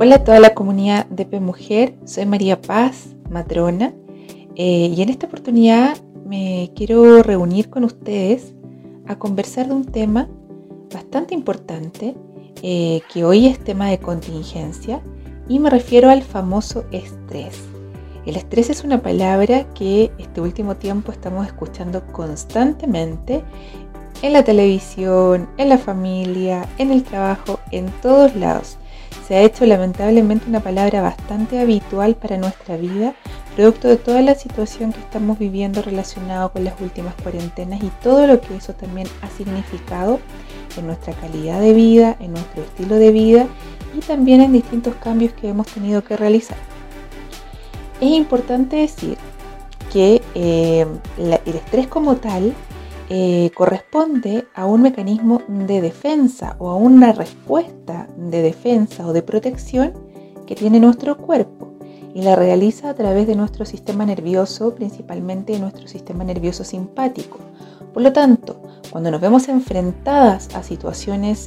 Hola a toda la comunidad de P Mujer, soy María Paz, matrona, y en esta oportunidad me quiero reunir con ustedes a conversar de un tema bastante importante, que hoy es tema de contingencia, y me refiero al famoso estrés. El estrés es una palabra que este último tiempo estamos escuchando constantemente en la televisión, en la familia, en el trabajo, en todos lados. Se ha hecho lamentablemente una palabra bastante habitual para nuestra vida, producto de toda la situación que estamos viviendo relacionado con las últimas cuarentenas y todo lo que eso también ha significado en nuestra calidad de vida, en nuestro estilo de vida y también en distintos cambios que hemos tenido que realizar. Es importante decir que el estrés como tal corresponde a un mecanismo de defensa o a una respuesta de defensa o de protección que tiene nuestro cuerpo y la realiza a través de nuestro sistema nervioso, principalmente nuestro sistema nervioso simpático. Por lo tanto, cuando nos vemos enfrentadas a situaciones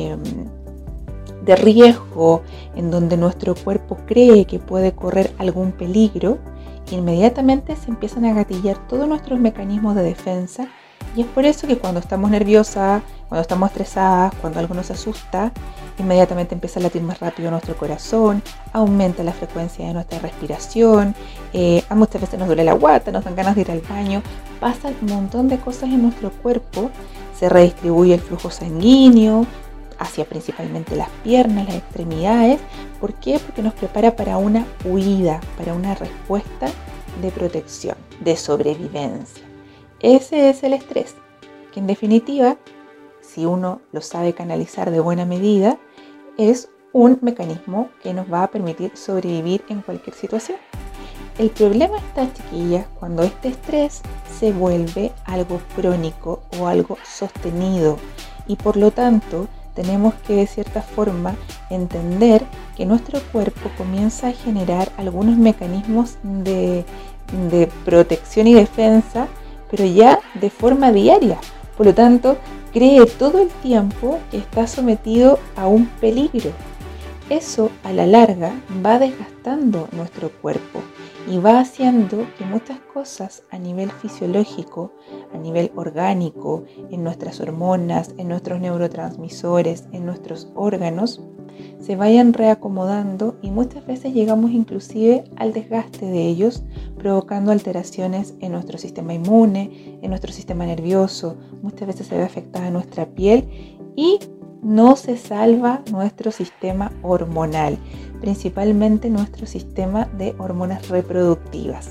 de riesgo en donde nuestro cuerpo cree que puede correr algún peligro, inmediatamente se empiezan a gatillar todos nuestros mecanismos de defensa. Y es por eso que cuando estamos nerviosas, cuando estamos estresadas, cuando algo nos asusta, inmediatamente empieza a latir más rápido nuestro corazón, aumenta la frecuencia de nuestra respiración, a muchas veces nos duele la guata, nos dan ganas de ir al baño, pasan un montón de cosas en nuestro cuerpo, se redistribuye el flujo sanguíneo hacia principalmente las piernas, las extremidades. ¿Por qué? Porque nos prepara para una huida, para una respuesta de protección, de sobrevivencia. Ese es el estrés, que en definitiva, si uno lo sabe canalizar de buena medida, es un mecanismo que nos va a permitir sobrevivir en cualquier situación. El problema está, chiquillas, cuando este estrés se vuelve algo crónico o algo sostenido y por lo tanto tenemos que de cierta forma entender que nuestro cuerpo comienza a generar algunos mecanismos de protección y defensa, pero ya de forma diaria. Por lo tanto, cree todo el tiempo que está sometido a un peligro. Eso a la larga va desgastando nuestro cuerpo y va haciendo que muchas cosas a nivel fisiológico, a nivel orgánico, en nuestras hormonas, en nuestros neurotransmisores, en nuestros órganos, se vayan reacomodando y muchas veces llegamos inclusive al desgaste de ellos, provocando alteraciones en nuestro sistema inmune, en nuestro sistema nervioso. Muchas veces se ve afectada nuestra piel y no se salva nuestro sistema hormonal, principalmente nuestro sistema de hormonas reproductivas.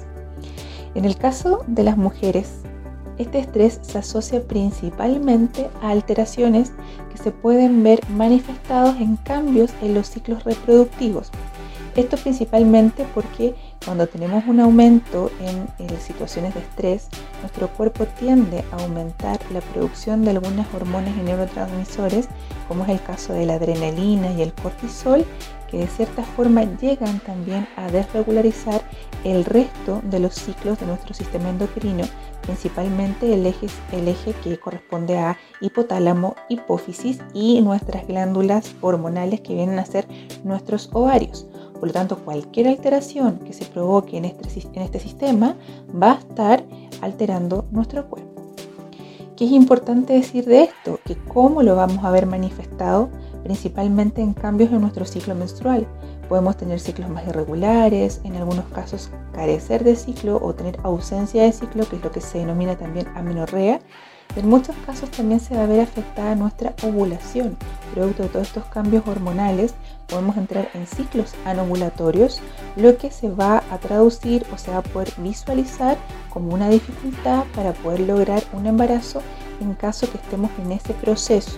En el caso de las mujeres, este estrés se asocia principalmente a alteraciones que se pueden ver manifestados en cambios en los ciclos reproductivos. Esto principalmente porque cuando tenemos un aumento en situaciones de estrés, nuestro cuerpo tiende a aumentar la producción de algunas hormonas y neurotransmisores, como es el caso de la adrenalina y el cortisol, que de cierta forma llegan también a desregularizar el resto de los ciclos de nuestro sistema endocrino, principalmente el eje que corresponde a hipotálamo, hipófisis y nuestras glándulas hormonales que vienen a ser nuestros ovarios. Por lo tanto, cualquier alteración que se provoque en este sistema va a estar alterando nuestro cuerpo. ¿Qué es importante decir de esto? Que cómo lo vamos a ver manifestado principalmente en cambios en nuestro ciclo menstrual. Podemos tener ciclos más irregulares, en algunos casos carecer de ciclo o tener ausencia de ciclo, que es lo que se denomina también amenorrea. En muchos casos también se va a ver afectada nuestra ovulación. Producto de todos estos cambios hormonales, podemos entrar en ciclos anovulatorios, lo que se va a traducir o se va a poder visualizar como una dificultad para poder lograr un embarazo en caso que estemos en ese proceso.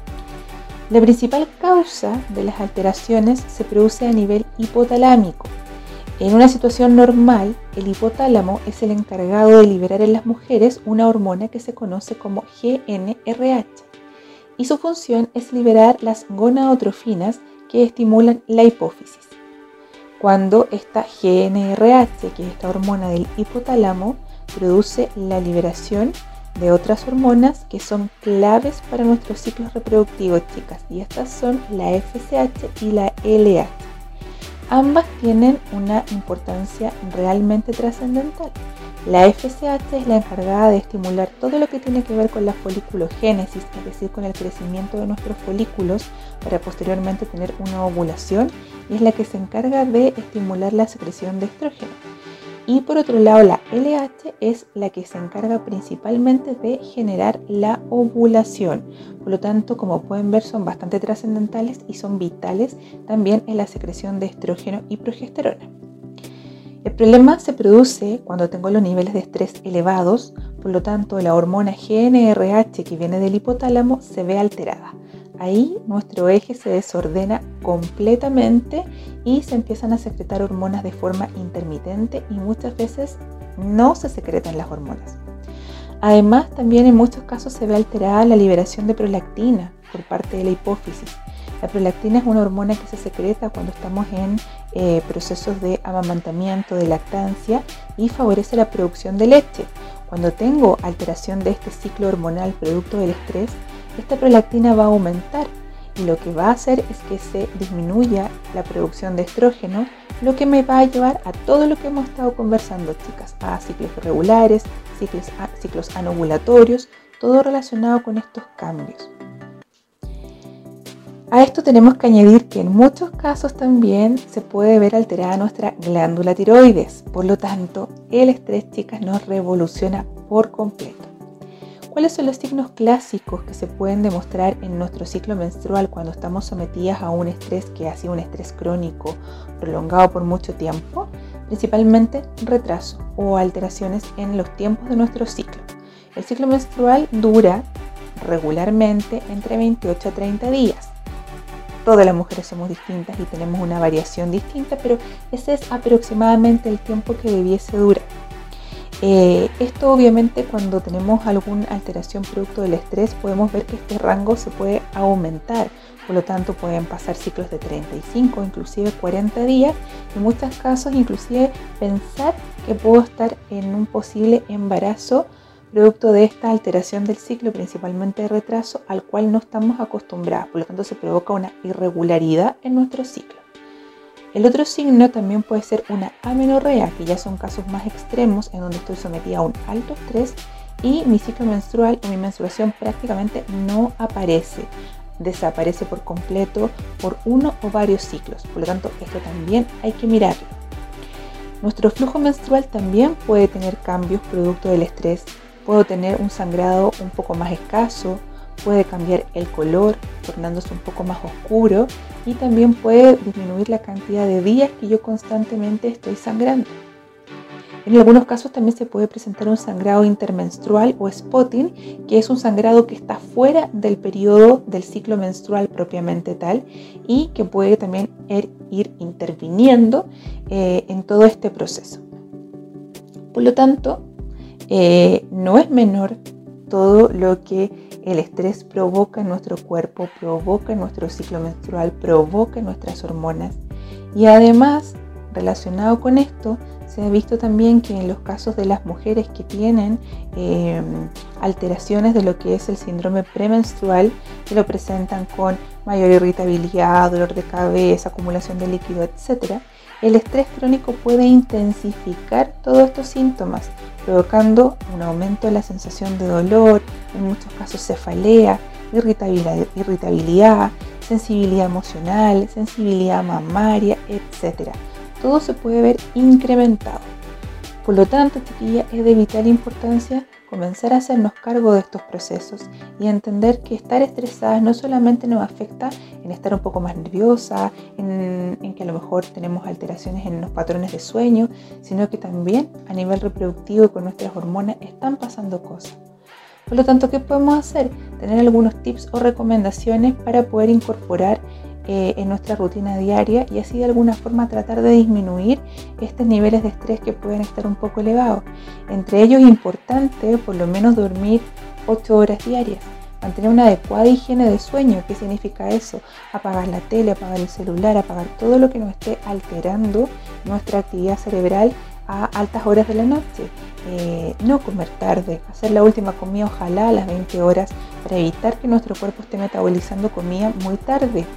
La principal causa de las alteraciones se produce a nivel hipotalámico. En una situación normal, el hipotálamo es el encargado de liberar en las mujeres una hormona que se conoce como GnRH y su función es liberar las gonadotrofinas que estimulan la hipófisis. Cuando esta GnRH, que es esta hormona del hipotálamo, produce la liberación de otras hormonas que son claves para nuestros ciclos reproductivos, chicas, y estas son la FSH y la LH. Ambas tienen una importancia realmente trascendental. La FSH es la encargada de estimular todo lo que tiene que ver con la foliculogénesis, es decir, con el crecimiento de nuestros folículos para posteriormente tener una ovulación, y es la que se encarga de estimular la secreción de estrógeno. Y por otro lado, la LH es la que se encarga principalmente de generar la ovulación. Por lo tanto, como pueden ver, son bastante trascendentales y son vitales también en la secreción de estrógeno y progesterona. El problema se produce cuando tengo los niveles de estrés elevados, por lo tanto la hormona GnRH que viene del hipotálamo se ve alterada. Ahí nuestro eje se desordena completamente y se empiezan a secretar hormonas de forma intermitente y muchas veces no se secretan las hormonas. Además, también en muchos casos se ve alterada la liberación de prolactina por parte de la hipófisis. La prolactina es una hormona que se secreta cuando estamos en procesos de amamantamiento, de lactancia, y favorece la producción de leche. Cuando tengo alteración de este ciclo hormonal producto del estrés, esta prolactina va a aumentar y lo que va a hacer es que se disminuya la producción de estrógeno, lo que me va a llevar a todo lo que hemos estado conversando, chicas, a ciclos irregulares, ciclos anovulatorios, todo relacionado con estos cambios. A esto tenemos que añadir que en muchos casos también se puede ver alterada nuestra glándula tiroides. Por lo tanto, el estrés, chicas, nos revoluciona por completo. ¿Cuáles son los signos clásicos que se pueden demostrar en nuestro ciclo menstrual cuando estamos sometidas a un estrés que ha sido un estrés crónico prolongado por mucho tiempo? Principalmente retraso o alteraciones en los tiempos de nuestro ciclo. El ciclo menstrual dura regularmente entre 28 a 30 días. Todas las mujeres somos distintas y tenemos una variación distinta, pero ese es aproximadamente el tiempo que debiese durar. Esto obviamente cuando tenemos alguna alteración producto del estrés podemos ver que este rango se puede aumentar, por lo tanto pueden pasar ciclos de 35, inclusive 40 días, y en muchos casos inclusive pensar que puedo estar en un posible embarazo producto de esta alteración del ciclo, principalmente de retraso, al cual no estamos acostumbrados, por lo tanto se provoca una irregularidad en nuestro ciclo. El otro signo también puede ser una amenorrea, que ya son casos más extremos en donde estoy sometida a un alto estrés y mi ciclo menstrual o mi menstruación prácticamente no aparece, desaparece por completo por uno o varios ciclos, por lo tanto esto también hay que mirarlo. Nuestro flujo menstrual también puede tener cambios producto del estrés. Puedo tener un sangrado un poco más escaso, puede cambiar el color, tornándose un poco más oscuro, y también puede disminuir la cantidad de días que yo constantemente estoy sangrando. En algunos casos también se puede presentar un sangrado intermenstrual o spotting, que es un sangrado que está fuera del periodo del ciclo menstrual propiamente tal y que puede también ir interviniendo en todo este proceso. Por lo tanto, no es menor todo lo que el estrés provoca en nuestro cuerpo, provoca en nuestro ciclo menstrual, provoca en nuestras hormonas. Y además, relacionado con esto, se ha visto también que en los casos de las mujeres que tienen alteraciones de lo que es el síndrome premenstrual, que lo presentan con mayor irritabilidad, dolor de cabeza, acumulación de líquido, etc., el estrés crónico puede intensificar todos estos síntomas, provocando un aumento de la sensación de dolor, en muchos casos cefalea, irritabilidad, sensibilidad emocional, sensibilidad mamaria, etc. Todo se puede ver incrementado. Por lo tanto, chiquilla, es de vital importancia comenzar a hacernos cargo de estos procesos y entender que estar estresadas no solamente nos afecta en estar un poco más nerviosa, en que a lo mejor tenemos alteraciones en los patrones de sueño, sino que también a nivel reproductivo y con nuestras hormonas están pasando cosas. Por lo tanto, ¿qué podemos hacer? Tener algunos tips o recomendaciones para poder incorporar en nuestra rutina diaria y así de alguna forma tratar de disminuir estos niveles de estrés que pueden estar un poco elevados. Entre ellos es importante por lo menos dormir 8 horas diarias, mantener una adecuada higiene de sueño. ¿Qué significa eso? Apagar la tele, apagar el celular, apagar todo lo que nos esté alterando nuestra actividad cerebral a altas horas de la noche. No comer tarde, hacer la última comida ojalá a las 20 horas para evitar que nuestro cuerpo esté metabolizando comida muy tarde.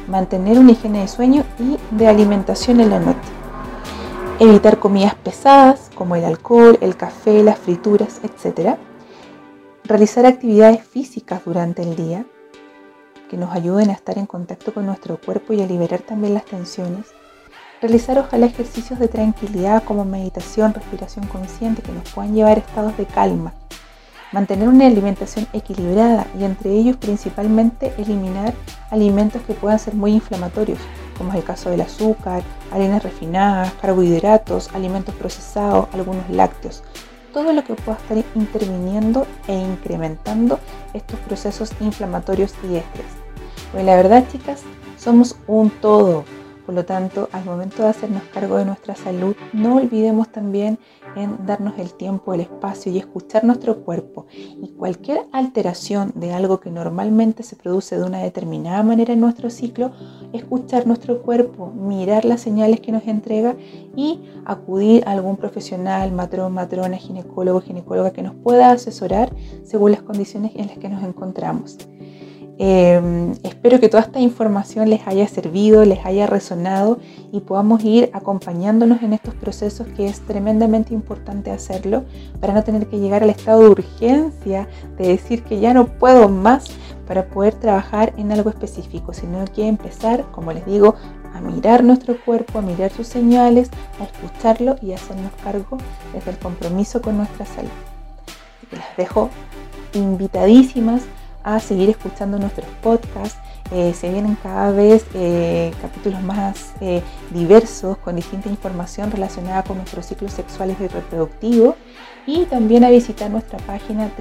mantener una higiene de sueño y de alimentación en la noche. Evitar comidas pesadas como el alcohol, el café, las frituras, etc. Realizar actividades físicas durante el día que nos ayuden a estar en contacto con nuestro cuerpo y a liberar también las tensiones. Realizar ojalá ejercicios de tranquilidad como meditación, respiración consciente que nos puedan llevar a estados de calma. Mantener una alimentación equilibrada y entre ellos principalmente eliminar alimentos que puedan ser muy inflamatorios, como es el caso del azúcar, harinas refinadas, carbohidratos, alimentos procesados, algunos lácteos. Todo lo que pueda estar interviniendo e incrementando estos procesos inflamatorios y de estrés. Pues la verdad, chicas, somos un todo. Por lo tanto, al momento de hacernos cargo de nuestra salud, no olvidemos también en darnos el tiempo, el espacio y escuchar nuestro cuerpo. Y cualquier alteración de algo que normalmente se produce de una determinada manera en nuestro ciclo, escuchar nuestro cuerpo, mirar las señales que nos entrega y acudir a algún profesional, matrón, matrona, ginecólogo, ginecóloga que nos pueda asesorar según las condiciones en las que nos encontramos. Espero que toda esta información les haya servido, les haya resonado y podamos ir acompañándonos en estos procesos, que es tremendamente importante hacerlo para no tener que llegar al estado de urgencia de decir que ya no puedo más para poder trabajar en algo específico, sino que empezar, como les digo, a mirar nuestro cuerpo, a mirar sus señales, a escucharlo y a hacernos cargo desde el compromiso con nuestra salud. Así que las dejo invitadísimas a seguir escuchando nuestros podcasts. Se vienen cada vez capítulos más diversos con distinta información relacionada con nuestros ciclos sexuales y reproductivos, y también a visitar nuestra página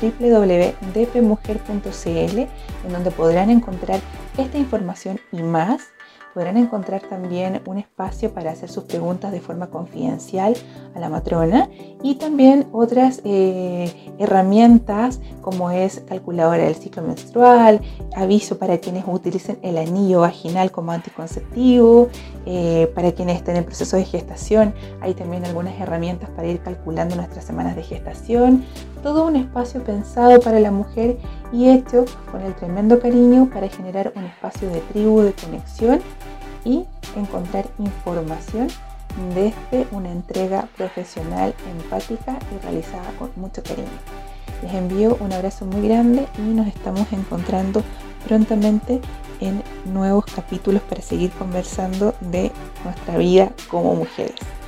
www.dpmujer.cl, en donde podrán encontrar esta información y más. Podrán encontrar también un espacio para hacer sus preguntas de forma confidencial a la matrona, y también otras herramientas como es calculadora del ciclo menstrual, aviso para quienes utilicen el anillo vaginal como anticonceptivo, para quienes estén en proceso de gestación. Hay también algunas herramientas para ir calculando nuestras semanas de gestación. Todo un espacio pensado para la mujer y hecho con el tremendo cariño para generar un espacio de tribu, de conexión y encontrar información desde una entrega profesional, empática y realizada con mucho cariño. Les envío un abrazo muy grande y nos estamos encontrando prontamente en nuevos capítulos para seguir conversando de nuestra vida como mujeres.